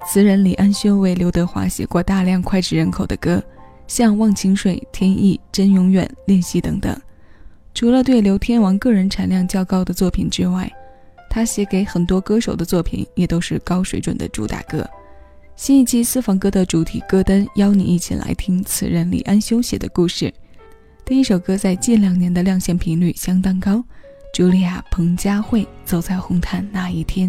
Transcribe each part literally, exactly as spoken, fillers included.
词人李安修为刘德华写过大量脍炙人口的歌，像《忘情水》、天意、真永远、练习等等。除了对刘天王个人产量较高的作品之外，他写给很多歌手的作品也都是高水准的主打歌。新一期私房歌的主题歌单邀你一起来听词人李安修写的故事。第一首歌在近两年的亮相频率相当高，茱莉亚·彭佳慧，走在红毯那一天。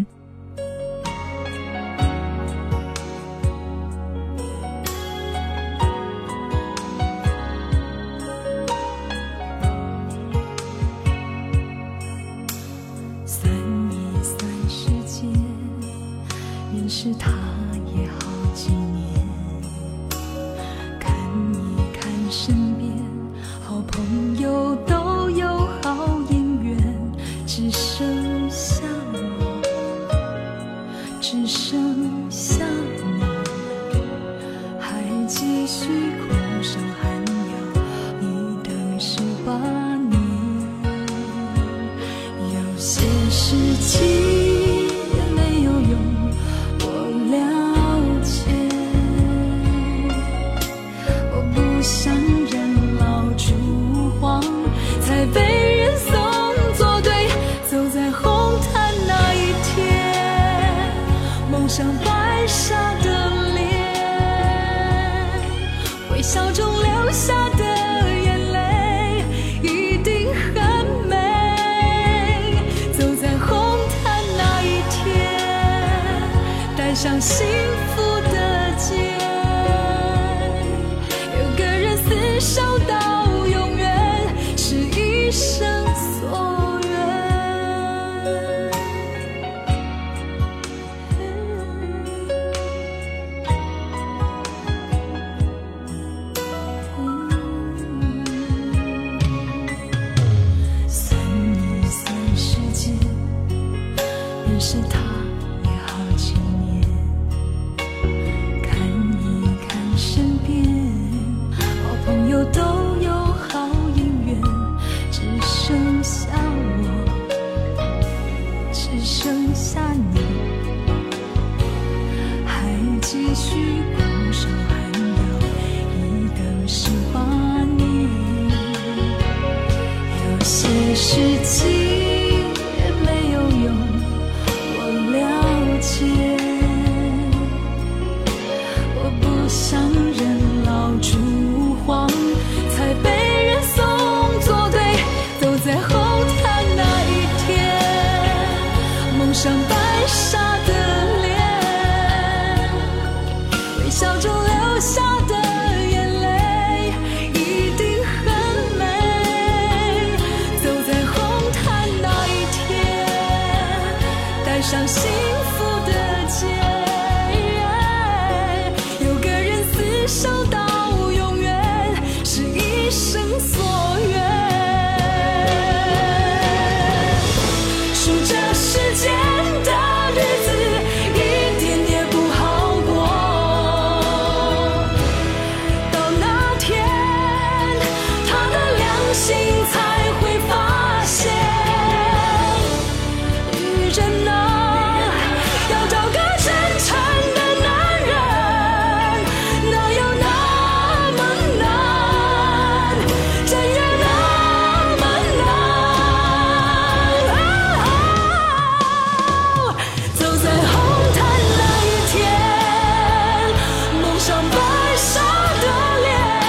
是他也好几年，看一看身边好朋友都有好姻缘，只剩下我，只剩下你，还继续苦守寒窑，一等十八年。有些事情像白纱的脸，微笑中流下的眼泪一定很美。走在红毯那一天，带上幸福的结，有个人厮守到永远，是一生所愿。是他也好几年，看一看身边好朋友都有好姻缘，只剩下我，只剩下你，还继续苦守寒窑，一等十八年。有些事情我不想人老珠黄，才被人送作对。走在红毯那一天，蒙上白纱的脸，微笑中流下的眼泪一定很美。走在红毯那一天，带上幸福的结，有个人厮守到永远，是一生所愿。数着时间的日子，一点也不好过，到那天他的良心才会发现，女人啊，要找个真诚的男人，哪有那么难，真有那么难、哦、走在红毯那一天，蒙上白纱的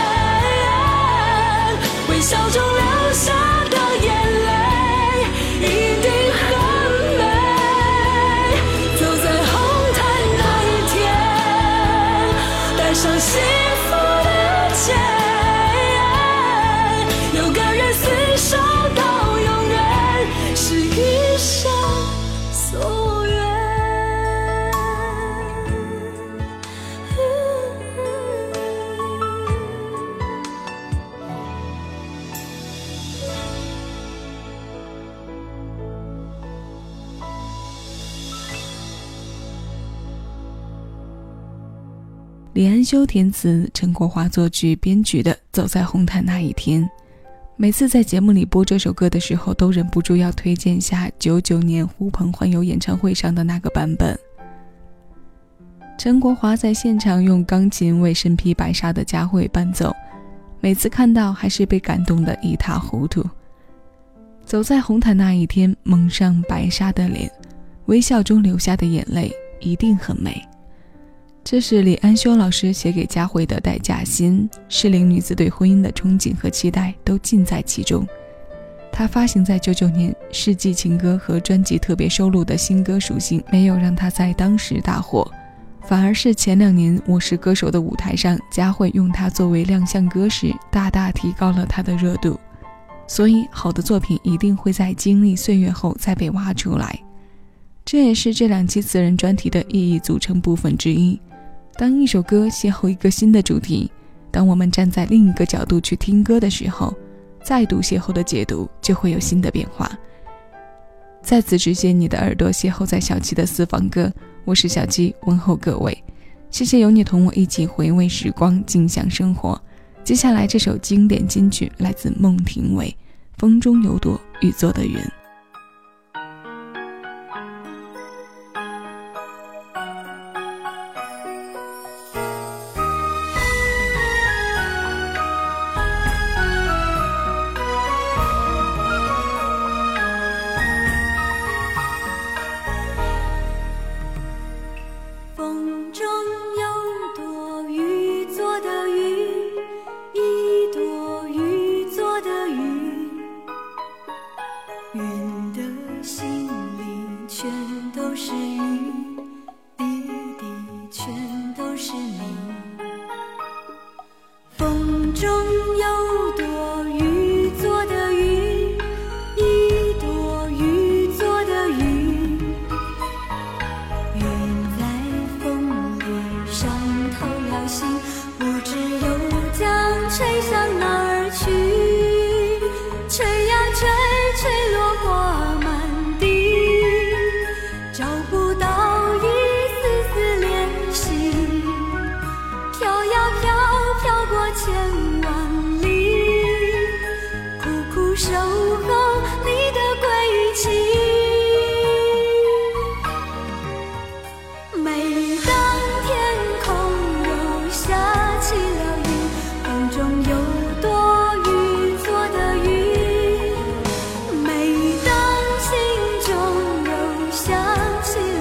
脸，微笑中流下的眼泪一定很美。走在红毯那一天，带上幸福的结，有个人厮守到永远，是一生所愿。 李安修填词，陈国华作曲编曲的《走在红毯那一天》。每次在节目里播这首歌的时候，都忍不住要推荐一下九九年呼朋唤友演唱会上的那个版本。 陈国华在现场用钢琴为身披白纱的佳慧伴奏，每次看到还是被感动得一塌糊涂。走在红毯那一天，蒙上白纱的脸，微笑中流下的眼泪一定很美。这是李安修老师写给佳慧的待嫁信，适龄女子对婚姻的憧憬和期待都尽在其中。他发行在九九年世纪情歌和专辑特别收录的新歌属性没有让他在当时大火，反而是前两年我是歌手的舞台上，佳慧用它作为亮相歌时大大提高了它的热度。所以好的作品一定会在经历岁月后再被挖出来，这也是这两期词人专题的意义组成部分之一。当一首歌邂逅一个新的主题，当我们站在另一个角度去听歌的时候，再度邂逅的解读就会有新的变化。在此之前，你的耳朵邂逅在小七的私房歌，我是小七，问候各位，谢谢有你同我一起回味时光，静享生活。接下来这首经典金曲来自孟庭苇，风中有朵雨做的云。 起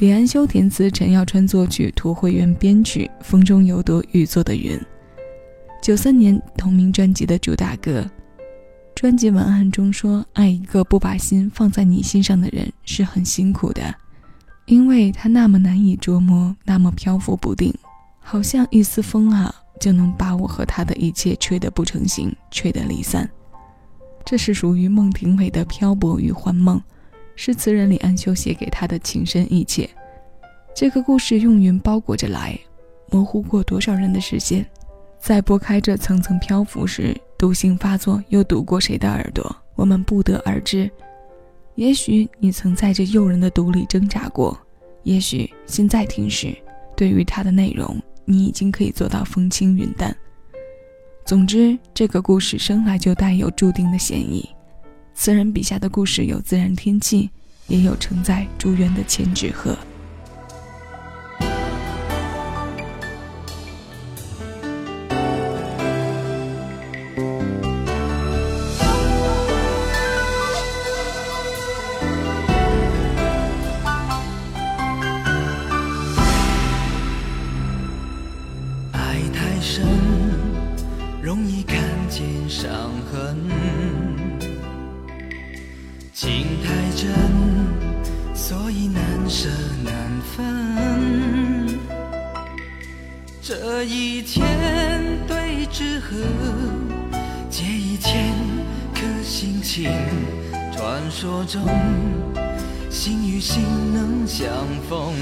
李安修填词，陈耀川作曲，涂慧源编曲，风中有朵雨做的云。九三年同名专辑的主打歌。专辑文案中说，爱一个不把心放在你心上的人是很辛苦的，因为他那么难以捉摸，那么漂浮不定，好像一丝风啊就能把我和他的一切吹得不成形，吹得离散。这是属于孟庭苇的漂泊与幻梦，是词人李安修写给他的情深意切。这个故事用云包裹着来，模糊过多少人的视线，在拨开这层层漂浮时，毒性发作又堵过谁的耳朵，我们不得而知。也许你曾在这诱人的毒里挣扎过，也许现在听时，对于它的内容，你已经可以做到风轻云淡。总之，这个故事生来就带有注定的嫌疑。词人笔下的故事有自然天气，也有承载祝愿的千纸鹤。 容易看见伤痕，情太真，所以难舍难分。这一天对之后，借一千颗心情，传说中心与心能相逢，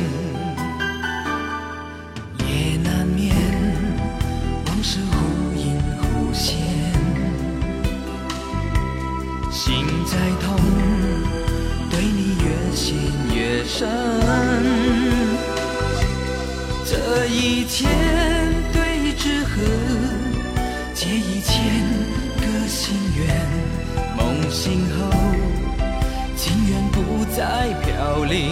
也难免往事忽隐忽现，心在痛，对你越陷越深。这一天对之后，借一千个心愿，梦醒后情缘不再飘零。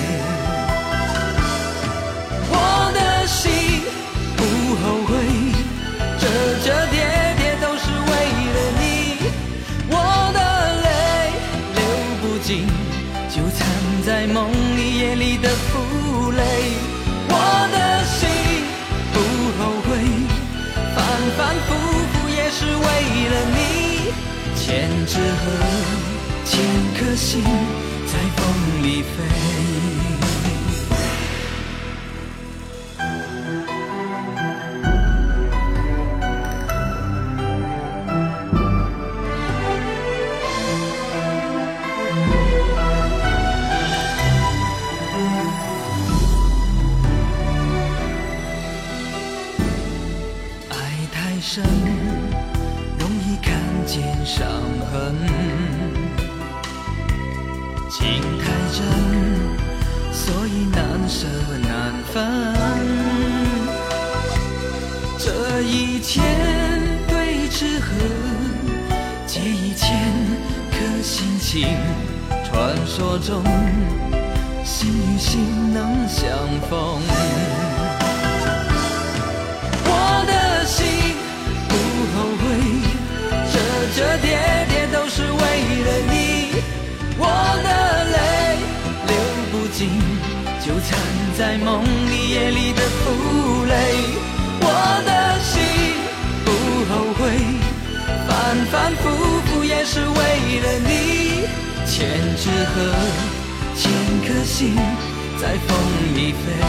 我的心不后悔，这这跌跌都是为了你，我的泪流不尽，就藏在梦里夜里的负累。我的心不后悔，反反复复也是为了你，千纸鹤，千颗心在风里飞。深，容易看见伤痕，情太真，所以难舍难分。这一天对之后，借一千颗心情，传说中心与心能相逢。我的心不后悔，这这跌跌都是为了你，我的泪流不尽，就藏在梦里夜里的负累。我的心不后悔，反反复复也是为了你，千纸鹤，千颗心在风里飞。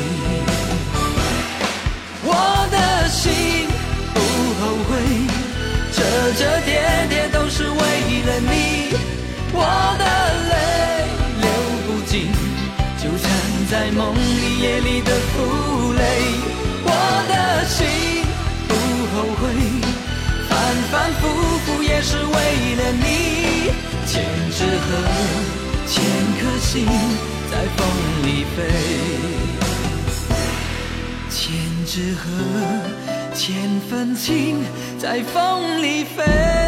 我的心不后悔，这这跌跌都是为了你，我的泪流不尽，就藏在梦里夜里的负累。我的心不后悔，反反复复也是为了你，千纸鹤，千颗心在风里飞。千纸鹤，千份情在风里飞。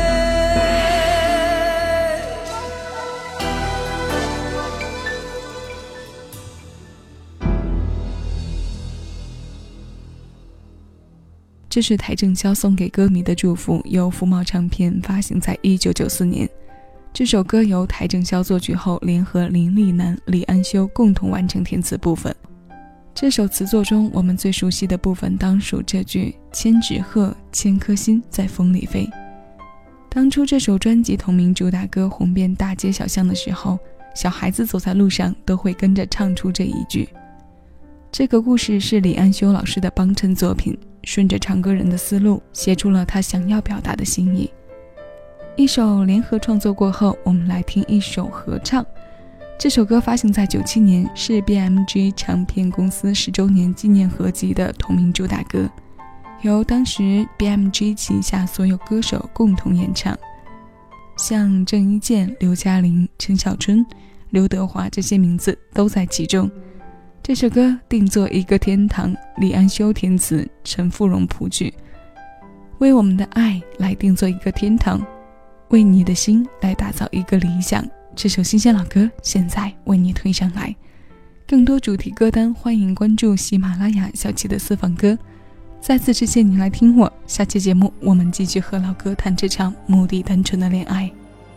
这是邰正宵送给歌迷的祝福，由福茂唱片发行在一九九四年。 这首歌由邰正宵作曲后，联合林立南、李安修共同完成填词部分。这首词作中，我们最熟悉的部分当属这句“千纸鹤，千颗心在风里飞”。当初这首专辑同名主打歌红遍大街小巷的时候，小孩子走在路上都会跟着唱出这一句。这个故事是李安修老师的帮衬作品，顺着唱歌人的思路，写出了他想要表达的心意。一首联合创作过后，我们来听一首合唱。这首歌发行在九七年，是 B M G 唱片公司十周年纪念合辑的同名主打歌，由当时 B M G 旗下所有歌手共同演唱，像郑伊健、刘嘉玲、陈小春、刘德华这些名字都在其中。这首歌定做一个天堂，李安修填词，陈富荣谱曲，为我们的爱来定做一个天堂，为你的心来打造一个理想。这首新鲜老歌现在为你推上来。更多主题歌单欢迎关注喜马拉雅小七的私房歌。再次谢谢你来听我，下期节目我们继续和老歌谈这场目的单纯的恋爱。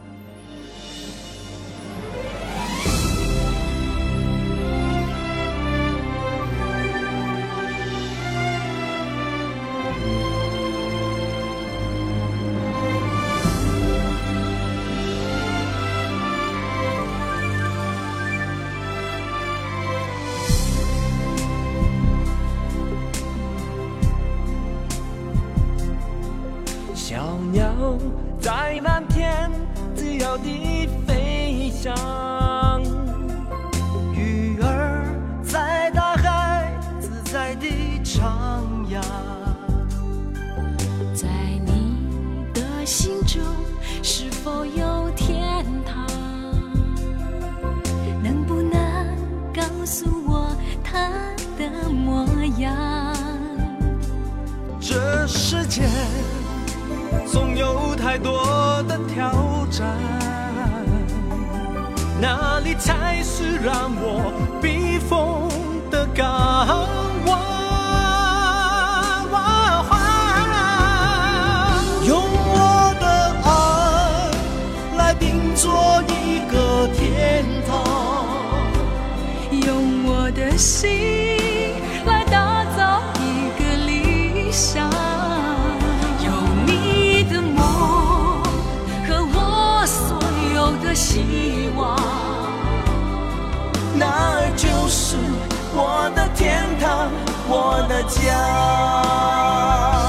小鸟在蓝天自由地飞翔，鱼儿在大海自在地徜徉。 在你的心中是否有天堂？能不能告诉我它的模样？ 这世界总有太多的挑战，哪里才是让我避风的港湾？用我的爱来定做一个天堂， 用我的心来打造一个理想。的希望， 那儿就是我的天堂，我的家。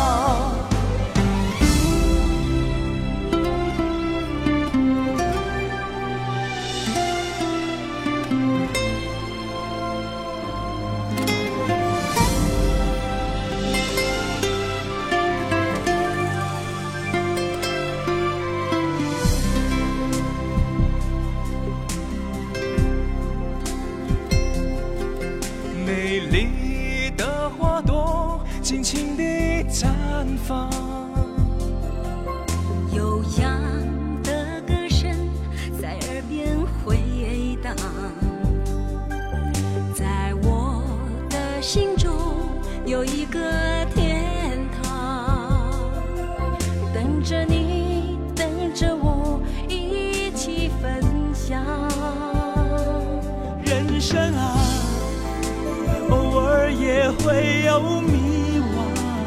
美丽的花朵尽情地绽放， 悠扬的歌声在耳边回荡，在我的心中有一个天堂，等着你，等着我一起分享。 人生啊，偶尔也会有迷惘，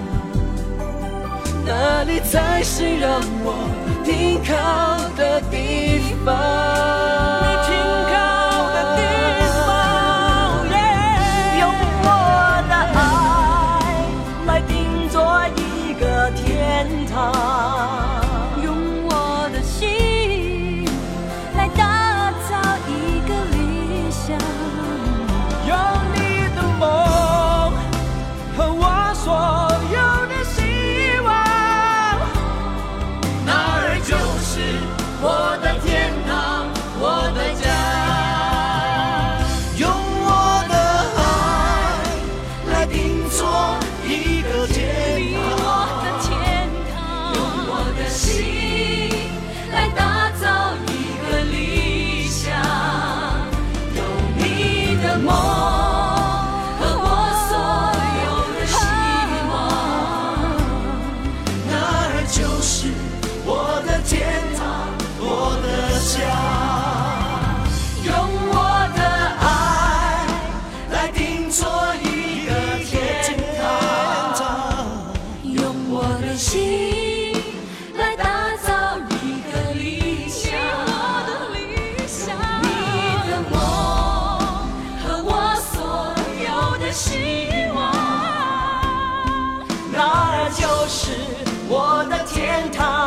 哪里才是让我停靠的地方？你停靠的地方， yeah、用我的爱来定做一个天堂， 用我的心来打造一个理想。 用你的梦和我所有的希望，那儿就是我的天堂，我的家。用我的爱来定做一个天堂，用我的心来打造一个理想。有你的梦就是我的天堂，我的家。 起来打造一个理想，你的梦和我所有的希望， 那儿就是我的天堂。